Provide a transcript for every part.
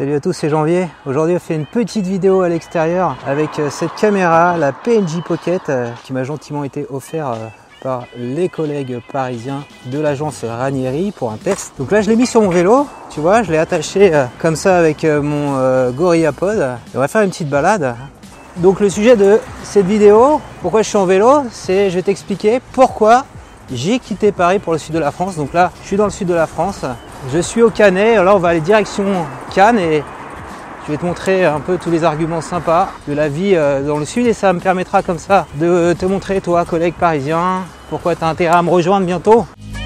Salut à tous, c'est Janvier. Aujourd'hui on fait une petite vidéo à l'extérieur avec cette caméra, la PNJ Pocket, qui m'a gentiment été offerte par les collègues parisiens de l'agence Ranieri pour un test. Donc là je l'ai mis sur mon vélo, tu vois, je l'ai attaché comme ça avec mon GorillaPod. Et on va faire une petite balade. Donc le sujet de cette vidéo, pourquoi je suis en vélo, c'est je vais t'expliquer pourquoi j'ai quitté Paris pour le sud de la France. Donc là je suis dans le sud de la France. Je suis au Canet, là on va aller direction Cannes et je vais te montrer un peu tous les arguments sympas de la vie dans le sud et ça me permettra comme ça de te montrer, toi, collègue parisien, pourquoi tu as intérêt à me rejoindre bientôt.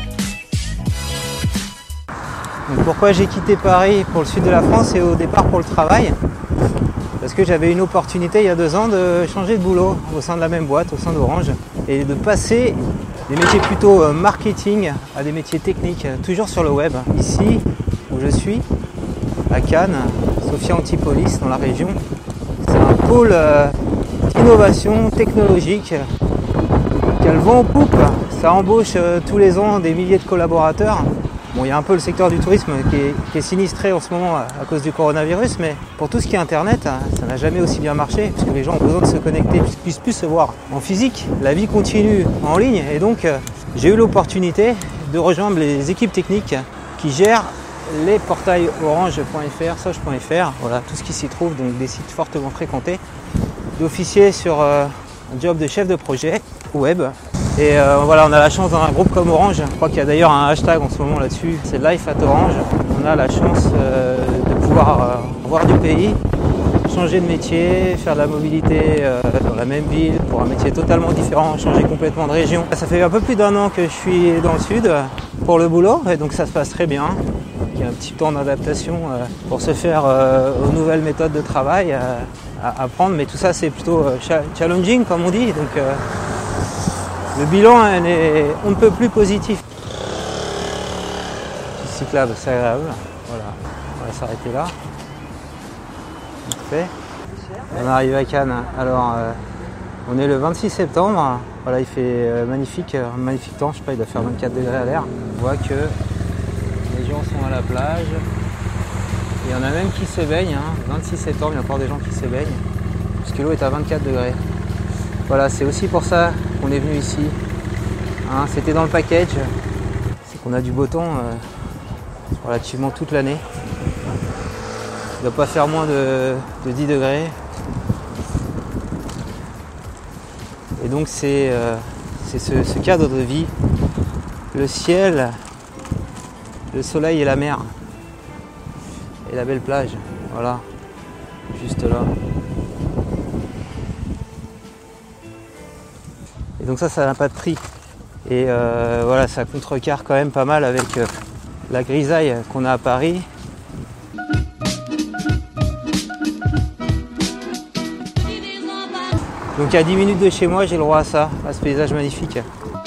Donc pourquoi j'ai quitté Paris pour le sud de la France et au départ pour le travail? Parce que j'avais une opportunité il y a 2 ans de changer de boulot au sein de la même boîte, au sein d'Orange, et de passer des métiers plutôt marketing à des métiers techniques, toujours sur le web. Ici où je suis, à Cannes, Sophia Antipolis dans la région, c'est un pôle d'innovation technologique qui a le vent en poupe. Ça embauche tous les ans des milliers de collaborateurs. Bon, il y a un peu le secteur du tourisme qui est sinistré en ce moment à cause du coronavirus, mais pour tout ce qui est internet, ça n'a jamais aussi bien marché, puisque les gens ont besoin de se connecter, puissent plus se voir en physique. La vie continue en ligne, et donc j'ai eu l'opportunité de rejoindre les équipes techniques qui gèrent les portails orange.fr, soch.fr, voilà, tout ce qui s'y trouve, donc des sites fortement fréquentés, d'officier sur un job de chef de projet web. Et voilà, on a la chance dans un groupe comme Orange, je crois qu'il y a d'ailleurs un hashtag en ce moment là-dessus, c'est Life at Orange. On a la chance de pouvoir voir du pays, changer de métier, faire de la mobilité dans la même ville pour un métier totalement différent, changer complètement de région. Ça fait un peu plus d'1 an que je suis dans le sud pour le boulot et donc ça se passe très bien. Il y a un petit temps d'adaptation pour se faire aux nouvelles méthodes de travail à apprendre, mais tout ça c'est plutôt challenging comme on dit. Donc, le bilan on ne peut plus positif. Petit cyclable, c'est agréable. Voilà, on va s'arrêter là. Parfait. On arrive à Cannes. Alors, on est le 26 septembre. Voilà, il fait magnifique temps. Je sais pas, il doit faire 24 degrés à l'air. On voit que les gens sont à la plage. Il y en a même qui se baignent. 26 septembre, il y a encore des gens qui se baignent. Puisque l'eau est à 24 degrés. Voilà, c'est aussi pour ça qu'on est venu ici. C'était dans le package. C'est qu'on a du beau temps relativement toute l'année. Il ne doit pas faire moins de 10 degrés. Et donc c'est ce cadre de vie. Le ciel, le soleil et la mer. Et la belle plage. Voilà, juste là. Et donc ça n'a pas de prix. Et voilà, ça contrecarre quand même pas mal avec la grisaille qu'on a à Paris. Donc à 10 minutes de chez moi, j'ai le droit à ça, à ce paysage magnifique.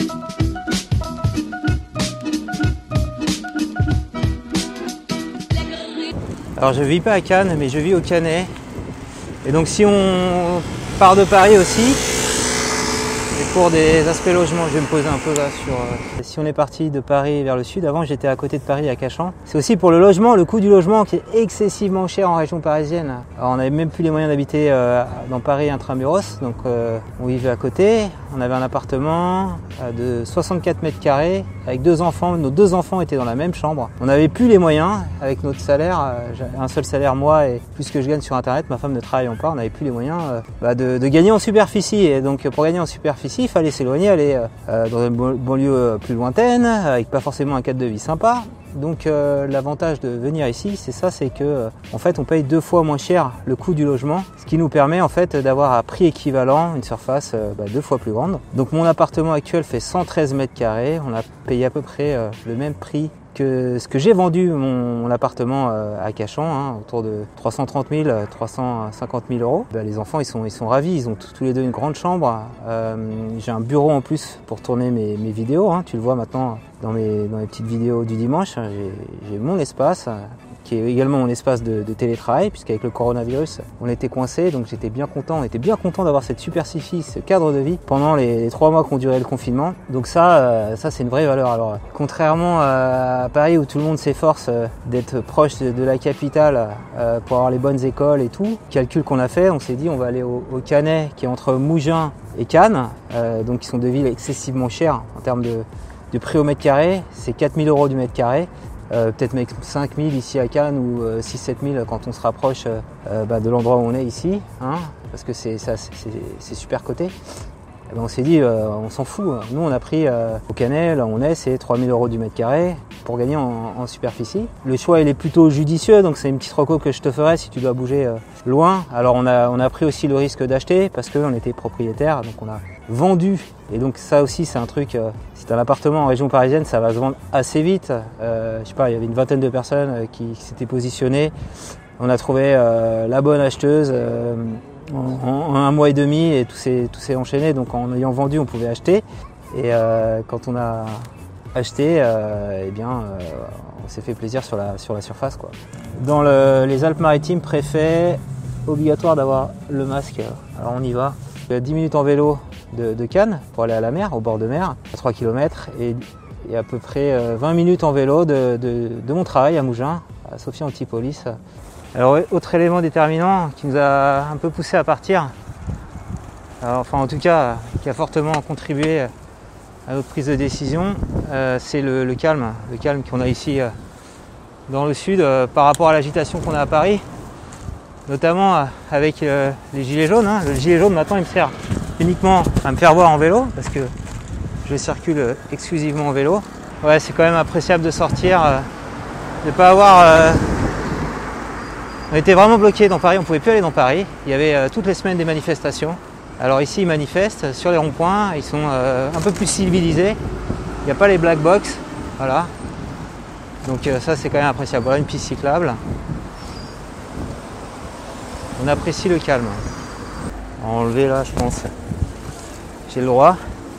Alors je vis pas à Cannes, mais je vis au Canet. Et donc si on part de Paris aussi, pour des aspects logements, je vais me poser un peu là sur... Si on est parti de Paris vers le sud, avant j'étais à côté de Paris à Cachan. C'est aussi pour le logement, le coût du logement qui est excessivement cher en région parisienne. Alors on n'avait même plus les moyens d'habiter dans Paris intramuros, donc on vivait à côté. On avait un appartement de 64 mètres carrés avec 2 enfants. Nos 2 enfants étaient dans la même chambre. On n'avait plus les moyens avec notre salaire, un seul salaire moi et plus ce que je gagne sur internet, ma femme ne travaillant pas, on n'avait plus les moyens de gagner en superficie. Et donc pour gagner en superficie, il fallait s'éloigner, aller dans une banlieue plus lointaine, avec pas forcément un cadre de vie sympa. Donc l'avantage de venir ici, c'est ça, c'est que en fait on paye 2 fois moins cher le coût du logement, ce qui nous permet en fait d'avoir à prix équivalent une surface 2 fois plus grande. Donc mon appartement actuel fait 113 mètres carrés, on a payé à peu près le même prix que ce que j'ai vendu mon appartement à Cachan, autour de 330 000, 350 000 euros. Les enfants ils sont ravis, ils ont tous les deux une grande chambre. J'ai un bureau en plus pour tourner mes vidéos, tu le vois maintenant. dans mes petites vidéos du dimanche, j'ai mon espace, qui est également mon espace de télétravail, puisqu'avec le coronavirus, on était coincés, donc j'étais bien content. On était bien content d'avoir cette superficie, ce cadre de vie pendant les 3 mois qu'ont duré le confinement. Donc ça c'est une vraie valeur. Alors, contrairement à Paris où tout le monde s'efforce d'être proche de la capitale pour avoir les bonnes écoles et tout, calcul qu'on a fait, on s'est dit on va aller au Canet, qui est entre Mougins et Cannes, donc qui sont deux villes excessivement chères en termes de prix au mètre carré. C'est 4 000 € du mètre carré. Peut-être 5 000 ici à Cannes ou 6-7 000 quand on se rapproche de l'endroit où on est ici, hein, parce que c'est super coté. Et ben on s'est dit on s'en fout. Nous on a pris au Canet, là où on est, c'est 3 000 € du mètre carré pour gagner en superficie. Le choix il est plutôt judicieux, donc c'est une petite reco que je te ferai si tu dois bouger loin. Alors on a pris aussi le risque d'acheter parce qu'on était propriétaire, donc on a vendu. Et donc ça aussi c'est un truc, si tu as un appartement en région parisienne, ça va se vendre assez vite. Je sais pas, il y avait une vingtaine de personnes qui s'étaient positionnées. On a trouvé la bonne acheteuse en 1 mois et demi et tout s'est enchaîné. Donc en ayant vendu, on pouvait acheter. Et quand on a acheté, on s'est fait plaisir sur la surface, quoi. Dans les Alpes-Maritimes, préfet, obligatoire d'avoir le masque. Alors on y va. 10 minutes en vélo de Cannes pour aller à la mer, au bord de mer, à 3 km, et à peu près 20 minutes en vélo de mon travail à Mougins, à Sophia Antipolis. Alors, autre élément déterminant qui nous a un peu poussé à partir, enfin en tout cas qui a fortement contribué à notre prise de décision, c'est le calme qu'on a ici dans le sud par rapport à l'agitation qu'on a à Paris, notamment avec les gilets jaunes. Hein. Le gilet jaune maintenant il me sert uniquement à me faire voir en vélo parce que je circule exclusivement en vélo. Ouais, c'est quand même appréciable de sortir, de ne pas avoir... On était vraiment bloqués dans Paris, on ne pouvait plus aller dans Paris. Il y avait toutes les semaines des manifestations. Alors ici ils manifestent sur les ronds-points, ils sont un peu plus civilisés. Il n'y a pas les black box, voilà. Donc ça c'est quand même appréciable. Voilà une piste cyclable. On apprécie le calme. Enlever là, je pense. J'ai le droit.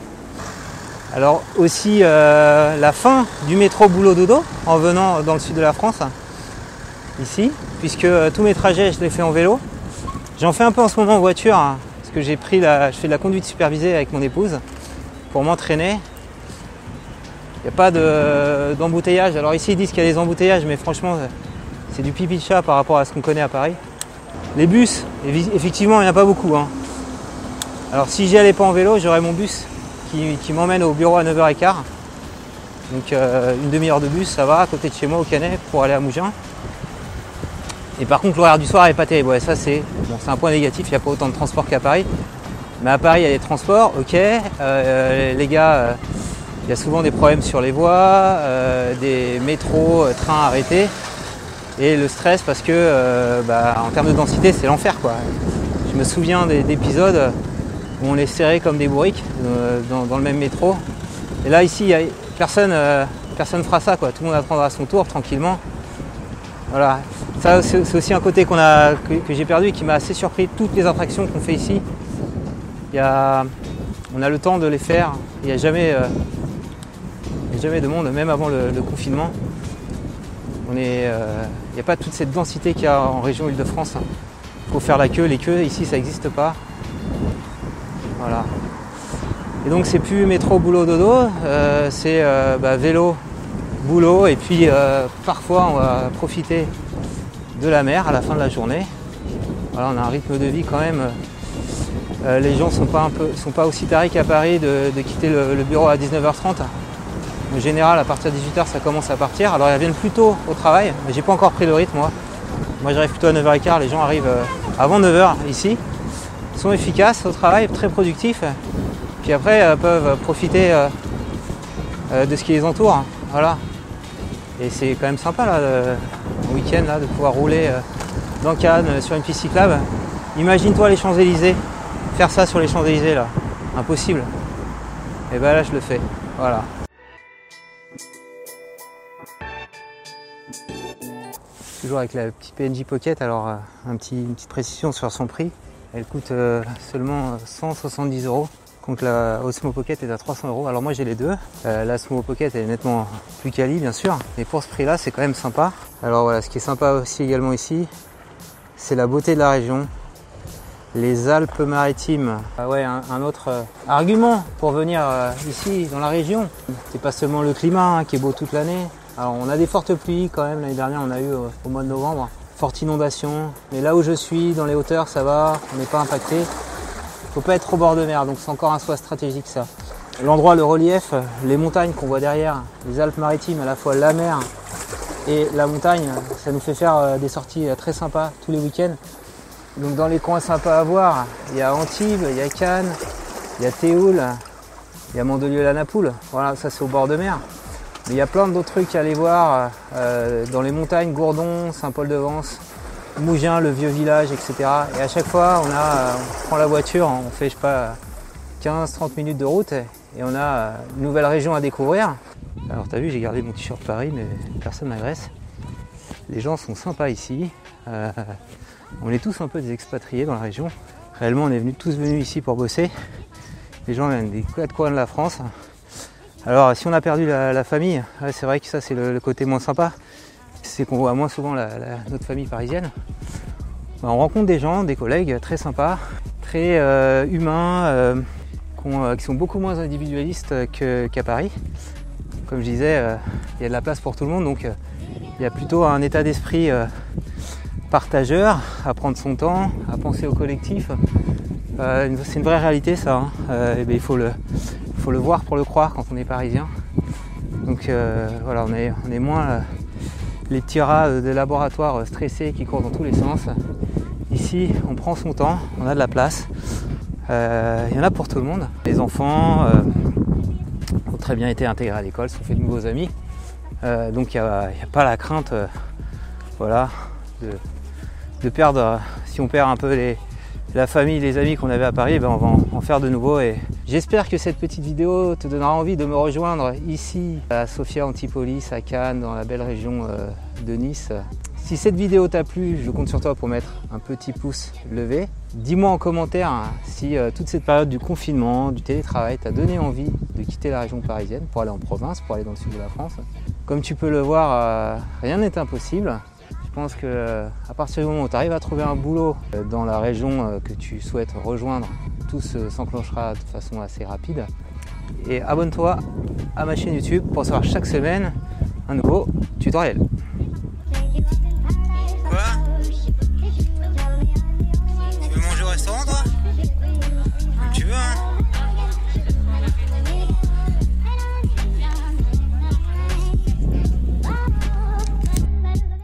Alors aussi la fin du métro boulot dodo en venant dans le sud de la France, ici, puisque tous mes trajets je les fais en vélo. J'en fais un peu en ce moment en voiture, hein, parce que je fais de la conduite supervisée avec mon épouse pour m'entraîner. Il n'y a pas d'embouteillage. Alors ici ils disent qu'il y a des embouteillages, mais franchement c'est du pipi de chat par rapport à ce qu'on connaît à Paris. Les bus, effectivement il n'y en a pas beaucoup. Hein. Alors si j'y allais pas en vélo, j'aurais mon bus qui m'emmène au bureau à 9h15. Donc une demi-heure de bus, ça va, à côté de chez moi au Canet pour aller à Mougins. Et par contre l'horaire du soir n'est pas terrible. Ouais, ça c'est un point négatif, il n'y a pas autant de transport qu'à Paris. Mais à Paris il y a des transports, ok. Les gars, il y a souvent des problèmes sur les voies, des métros, trains arrêtés. Et le stress parce que en termes de densité c'est l'enfer, quoi. Je me souviens d'épisodes où on est serré comme des bourriques dans le même métro. Et là ici personne fera ça, quoi. Tout le monde attendra son tour tranquillement. Voilà. Ça c'est aussi un côté que j'ai perdu et qui m'a assez surpris. Toutes les attractions qu'on fait ici, on a le temps de les faire. Il n'y a jamais de monde, même avant le confinement. Il n'y a pas toute cette densité qu'il y a en région Île-de-France. Il faut faire la queue. Les queues ici ça n'existe pas. Voilà. Et donc c'est plus métro boulot dodo, c'est vélo boulot et puis parfois on va profiter de la mer à la fin de la journée. Voilà, on a un rythme de vie quand même. Les gens sont pas aussi tarés qu'à Paris de quitter le bureau à 19h30. En général à partir de 18h ça commence à partir. Alors ils reviennent plus tôt au travail, mais j'ai pas encore pris le rythme moi. Moi j'arrive plutôt à 9h15, les gens arrivent avant 9h ici. Ils sont efficaces au travail, très productifs. Puis après peuvent profiter de ce qui les entoure. Voilà. Et c'est quand même sympa là, le week-end là, de pouvoir rouler dans Cannes sur une piste cyclable. Imagine-toi les Champs-Élysées, faire ça sur les Champs-Élysées là, impossible. Et ben là je le fais. Voilà. Toujours avec la petite PNJ Pocket, alors une petite précision sur son prix. Elle coûte seulement 170 €. Donc la Osmo Pocket est à 300 €. Alors moi j'ai les deux. La Osmo Pocket est nettement plus quali bien sûr, mais pour ce prix-là c'est quand même sympa. Alors voilà, ce qui est sympa aussi également ici, c'est la beauté de la région. Les Alpes-Maritimes. Ah ouais, un autre argument pour venir ici dans la région. C'est pas seulement le climat qui est beau toute l'année. Alors on a des fortes pluies quand même, l'année dernière on a eu au mois de novembre, forte inondation. Mais là où je suis, dans les hauteurs, ça va, on n'est pas impacté. Faut pas être au bord de mer, donc c'est encore un choix stratégique ça. L'endroit, le relief, les montagnes qu'on voit derrière, les Alpes-Maritimes, à la fois la mer et la montagne, ça nous fait faire des sorties très sympas tous les week-ends. Donc dans les coins sympas à voir, il y a Antibes, il y a Cannes, il y a Théoul, il y a Mandelieu-la-Napoule. Voilà, ça c'est au bord de mer. Mais il y a plein d'autres trucs à aller voir dans les montagnes, Gourdon, Saint-Paul-de-Vence, Mougins, le vieux village, etc. Et à chaque fois, on prend la voiture, on fait, je sais pas, 15-30 minutes de route et on a une nouvelle région à découvrir. Alors t'as vu, j'ai gardé mon t-shirt Paris, mais personne m'agresse. Les gens sont sympas ici. On est tous un peu des expatriés dans la région. Réellement, on est tous venus ici pour bosser. Les gens viennent des quatre coins de la France. Alors, si on a perdu la famille, ouais, c'est vrai que ça, c'est le côté moins sympa. C'est qu'on voit moins souvent notre famille parisienne. On rencontre des gens, des collègues très sympas, très humains, qui sont beaucoup moins individualistes qu'à Paris. Comme je disais, il y a de la place pour tout le monde, donc il y a plutôt un état d'esprit partageur, à prendre son temps, à penser au collectif. C'est une vraie réalité ça, hein. Et bien, il faut le voir pour le croire quand on est parisien. Donc voilà, on est moins les petits rats de laboratoire stressés qui courent dans tous les sens. Ici, on prend son temps, on a de la place. Il y en a pour tout le monde. Les enfants ont très bien été intégrés à l'école, se sont fait de nouveaux amis. Donc il n'y a pas la crainte voilà, de perdre. Si on perd un peu la famille, les amis qu'on avait à Paris, ben on va en faire de nouveau. Et j'espère que cette petite vidéo te donnera envie de me rejoindre ici à Sophia Antipolis, à Cannes, dans la belle région de Nice. Si cette vidéo t'a plu, je compte sur toi pour mettre un petit pouce levé. Dis-moi en commentaire si toute cette période du confinement, du télétravail t'a donné envie de quitter la région parisienne pour aller en province, pour aller dans le sud de la France. Comme tu peux le voir, rien n'est impossible. Je pense qu'à partir du moment où tu arrives à trouver un boulot dans la région que tu souhaites rejoindre, tout s'enclenchera de façon assez rapide. Et abonne-toi à ma chaîne YouTube pour savoir chaque semaine un nouveau tutoriel.